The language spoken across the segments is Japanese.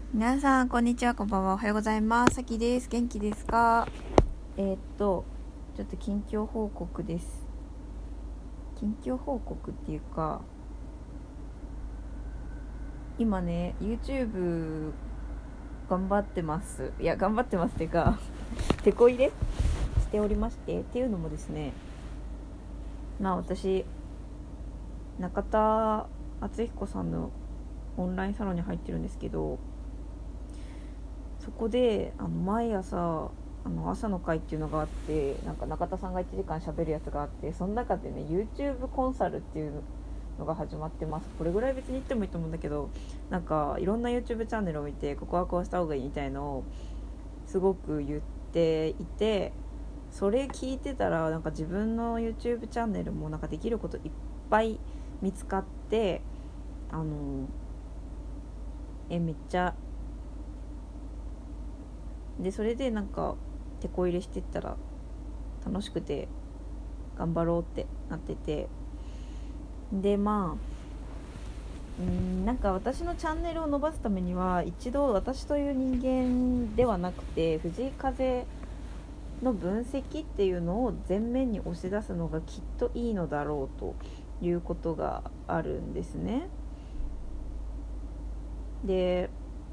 皆さんこんにちは、こんばんは、おはようございます。さきです。元気ですか？ちょっと近況報告です。近況報告っていうか、今ね YouTube 頑張ってます。いや、頑張ってますっていうか手こ入れしておりまして、っていうのもですね、私中田敦彦さんのオンラインサロンに入ってるんですけど、そこで毎朝朝の会っていうのがあって、なんか中田さんが1時間喋るやつがあって、その中でね YouTube コンサルっていうのが始まってます。これぐらい別に言ってもいいと思うんだけど、なんかいろんな YouTube チャンネルを見て、ここはこうした方がいいみたいのをすごく言っていて、それ聞いてたらなんか自分の YouTube チャンネルもなんかできることいっぱい見つかって、めっちゃで、それでなんか手こ入れしてったら楽しくて頑張ろうってなってて、でなんか私のチャンネルを伸ばすためには、一度私という人間ではなくて藤井風の分析っていうのを前面に押し出すのがきっといいのだろうということがあるんですね。で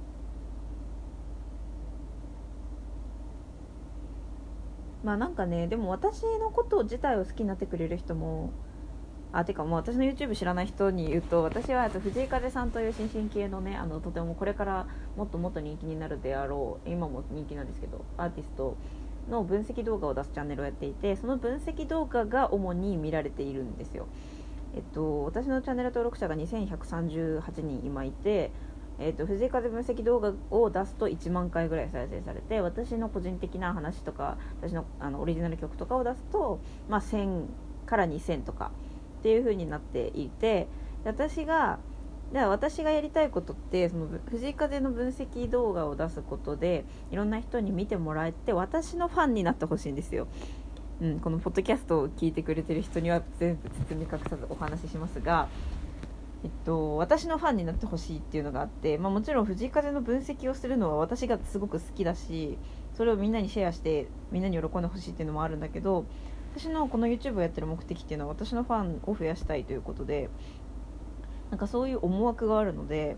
なんかね、でも私のこと自体を好きになってくれる人も、てかもう私の YouTube 知らない人に言うと、私は藤井風さんという新進系のね、とてもこれからもっともっと人気になるであろう、今も人気なんですけど、アーティストの分析動画を出すチャンネルをやっていて、その分析動画が主に見られているんですよ。私のチャンネル登録者が2138人今いて、藤井風分析動画を出すと1万回ぐらい再生されて、私の個人的な話とか私のオリジナル曲とかを出すと、1000から2000とかっていう風になっていて、私がやりたいことって、その藤井風の分析動画を出すことでいろんな人に見てもらえて、私のファンになってほしいんですよ。このポッドキャストを聞いてくれてる人には全部包み隠さずお話ししますが、私のファンになってほしいっていうのがあって、もちろん藤井風の分析をするのは私がすごく好きだし、それをみんなにシェアしてみんなに喜んでほしいっていうのもあるんだけど、私のこの YouTube をやってる目的っていうのは私のファンを増やしたいということで、なんかそういう思惑があるので、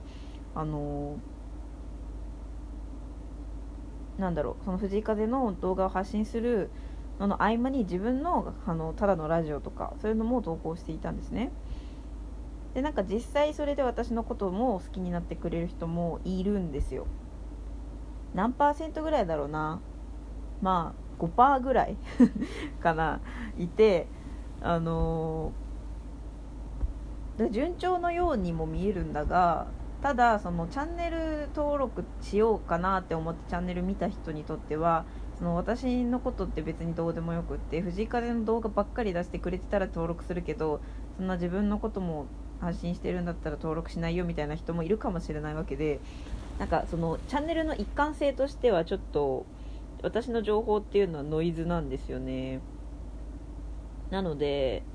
その藤井風の動画を発信するのの合間に自分のただのラジオとかそういうのも投稿していたんですね。で、なんか実際それで私のことも好きになってくれる人もいるんですよ。何%ぐらいだろうな、5% ぐらいかな、いて、順調のようにも見えるんだが、ただそのチャンネル登録しようかなって思ってチャンネル見た人にとっては、その私のことって別にどうでもよくって、藤井風の動画ばっかり出してくれてたら登録するけど、そんな自分のことも発信してるんだったら登録しないよみたいな人もいるかもしれないわけで、なんかそのチャンネルの一貫性としてはちょっと私の情報っていうのはノイズなんですよね。なので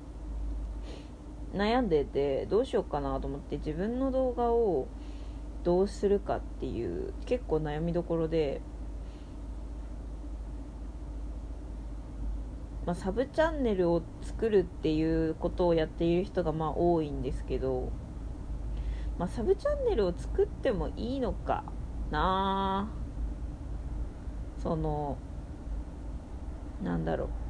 悩んでてどうしようかなと思って、自分の動画をどうするかっていう結構悩みどころで、サブチャンネルを作るっていうことをやっている人が多いんですけど、サブチャンネルを作ってもいいのかな、そのなんだろう、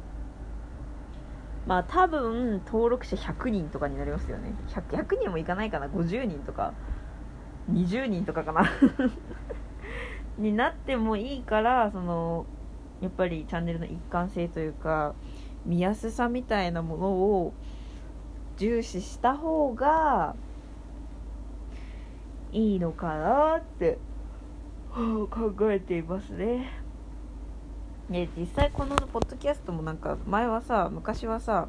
多分登録者100人とかになりますよね。 100人もいかないかな、50人とか20人とかかなになってもいいから、やっぱりチャンネルの一貫性というか見やすさみたいなものを重視した方がいいのかなって考えていますね。で、実際このポッドキャストもなんか昔はさ、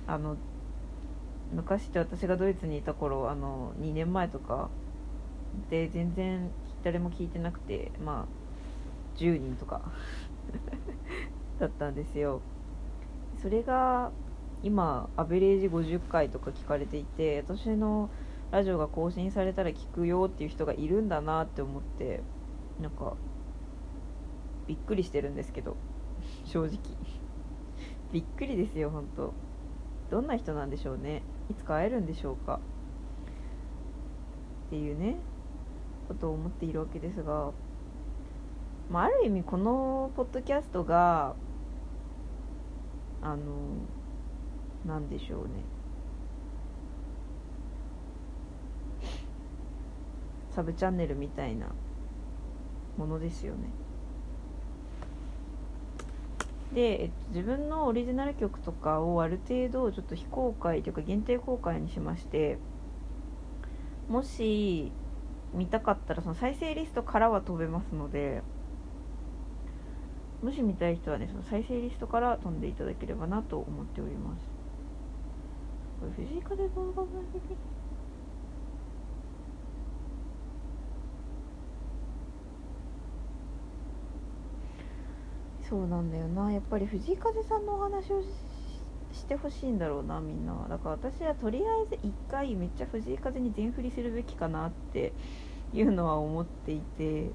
昔って私がドイツにいた頃、2年前とかで全然誰も聞いてなくて、10人とかだったんですよ。それが今アベレージ50回とか聞かれていて、私のラジオが更新されたら聞くよっていう人がいるんだなって思って、なんかびっくりしてるんですけど、正直びっくりですよ。本当どんな人なんでしょうね。いつか会えるんでしょうかっていうねことを思っているわけですが、ある意味このポッドキャストがなんでしょうね、サブチャンネルみたいなものですよね。で、自分のオリジナル曲とかをある程度ちょっと非公開というか限定公開にしまして、もし見たかったらその再生リストからは飛べますので、もし見たい人はね、その再生リストから飛んでいただければなと思っております。これ藤井風動画分析、そうなんだよな、やっぱり藤井風さんのお話をしてほしいんだろうな、みんなは。だから私はとりあえず一回めっちゃ藤井風に全振りするべきかなっていうのは思っていて、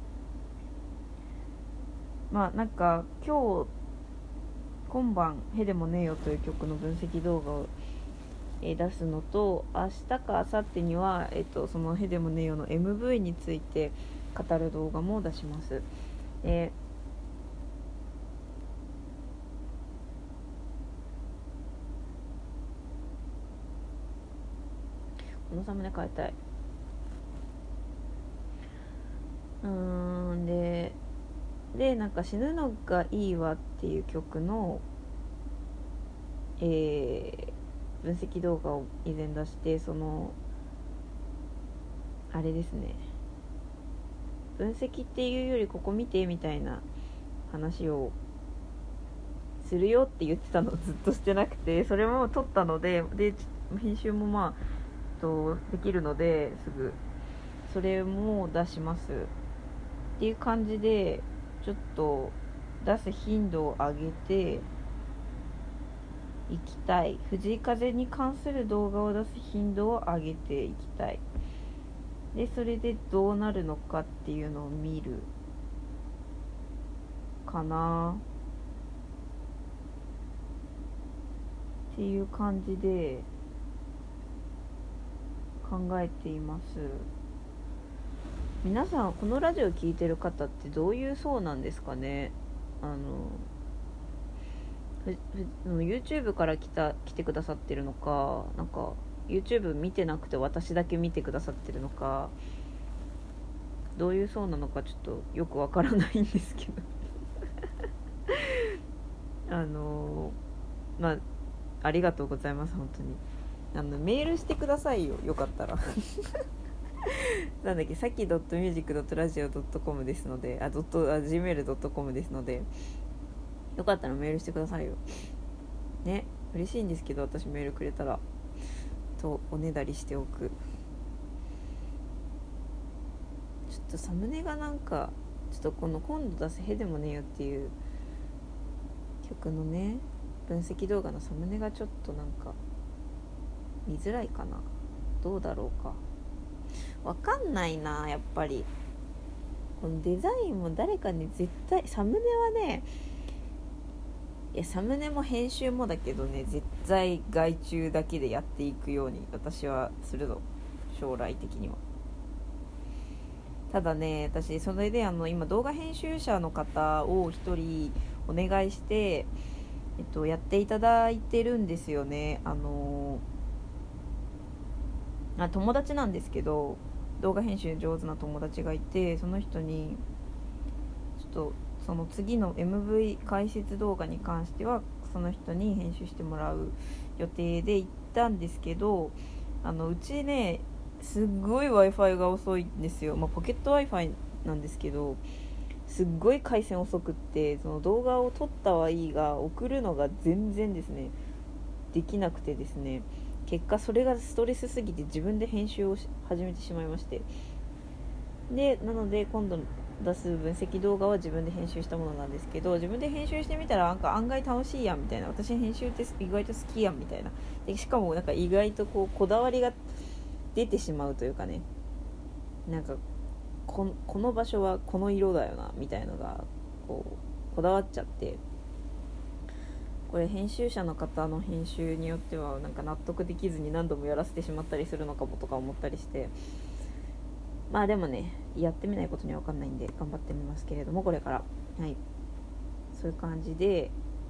なんか今晩へでもねえよという曲の分析動画を出すのと、明日か明後日には、そのへでもねえよの MV について語る動画も出します。このサムネ変えたい。でなんか死ぬのがいいわっていう曲の、分析動画を以前出して、そのあれですね、分析っていうよりここ見てみたいな話をするよって言ってたのをずっとしてなくて、それも撮ったので編集もできるのですぐそれも出しますっていう感じで、ちょっと出す頻度を上げていきたい。藤井風に関する動画を出す頻度を上げていきたい。でそれでどうなるのかっていうのを見るかなっていう感じで考えています。皆さんこのラジオ聞いてる方ってどういう層なんですかね。YouTube から来てくださってるのか、なんか YouTube 見てなくて私だけ見てくださってるのか、どういう層なのかちょっとよくわからないんですけどありがとうございます。本当にメールしてくださいよ、よかったらなんだっけ、さき .music.radio.com ですので、gmail.com ですので、よかったらメールしてくださいよね。嬉しいんですけど、私メールくれたらとおねだりしておく。ちょっとサムネがなんかちょっとこの今度出すへでもねえよっていう曲のね分析動画のサムネがちょっとなんか見づらいかな、どうだろうか、わかんないな。やっぱりこのデザインも誰かに絶対、サムネはね、いやサムネも編集もだけどね、絶対外注だけでやっていくように私はするぞ、将来的には。ただね、私それで今動画編集者の方を一人お願いして、やっていただいてるんですよね。友達なんですけど、動画編集上手な友達がいて、その人にちょっとその次の MV 解説動画に関してはその人に編集してもらう予定で行ったんですけど、うちねすっごい Wi-Fi が遅いんですよ。ポケット Wi-Fi なんですけど、すっごい回線遅くって、その動画を撮ったはいいが送るのが全然ですねできなくてですね、結果それがストレスすぎて自分で編集を始めてしまいまして、でなので今度出す分析動画は自分で編集したものなんですけど、自分で編集してみたらなんか案外楽しいやんみたいな、私編集って意外と好きやんみたいな、でしかもなんか意外とこだわりが出てしまうというかね、なんかこの場所はこの色だよなみたいのがこだわっちゃって、これ編集者の方の編集によってはなんか納得できずに何度もやらせてしまったりするのかもとか思ったりして、まあでもね、やってみないことには分かんないんで頑張ってみますけれども、これからはいそういう感じで、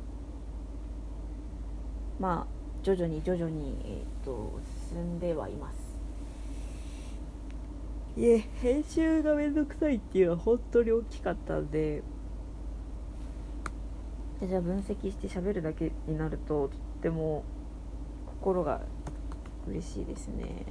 まあ徐々に進んではいます。編集がめんどくさいっていうのは本当に大きかったんで、じゃあ分析して喋るだけになるととっても心が嬉しいですね。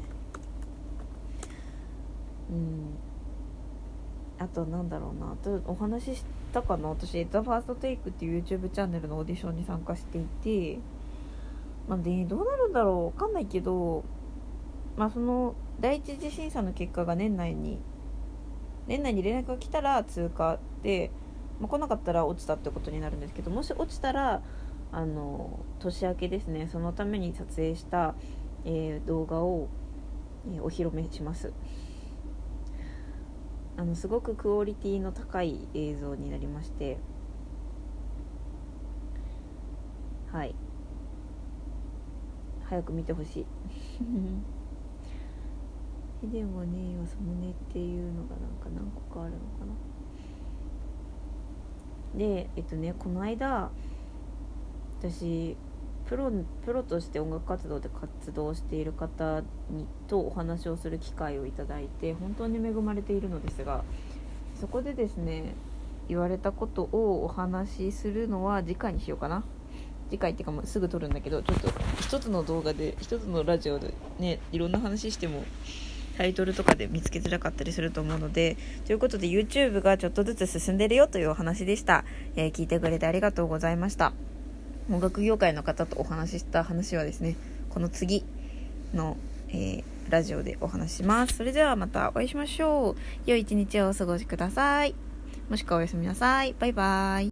あとなんだろうな、あとお話ししたかな、私The First Take っていう YouTube チャンネルのオーディションに参加していて、どうなるんだろう、分かんないけど、その第一次審査の結果が年内に連絡が来たら通過で、来なかったら落ちたってことになるんですけど、もし落ちたら年明けですね、そのために撮影した、動画を、お披露目します。すごくクオリティの高い映像になりまして、はい早く見てほしいでもねよそもねっていうのが何個かあるのかな。でこの間私プロとして音楽活動で活動している方とお話をする機会をいただいて本当に恵まれているのですが、そこでですね言われたことをお話しするのは次回にしようかな。次回っていうかすぐ撮るんだけど、ちょっと一つの動画で一つのラジオでねいろんな話してもタイトルとかで見つけづらかったりすると思うので、ということで YouTube がちょっとずつ進んでるよというお話でした。聞いてくれてありがとうございました。音楽業界の方とお話しした話はですね、この次の、ラジオでお話します。それではまたお会いしましょう。良い一日をお過ごしください。もしくはおやすみなさい。バイバイ。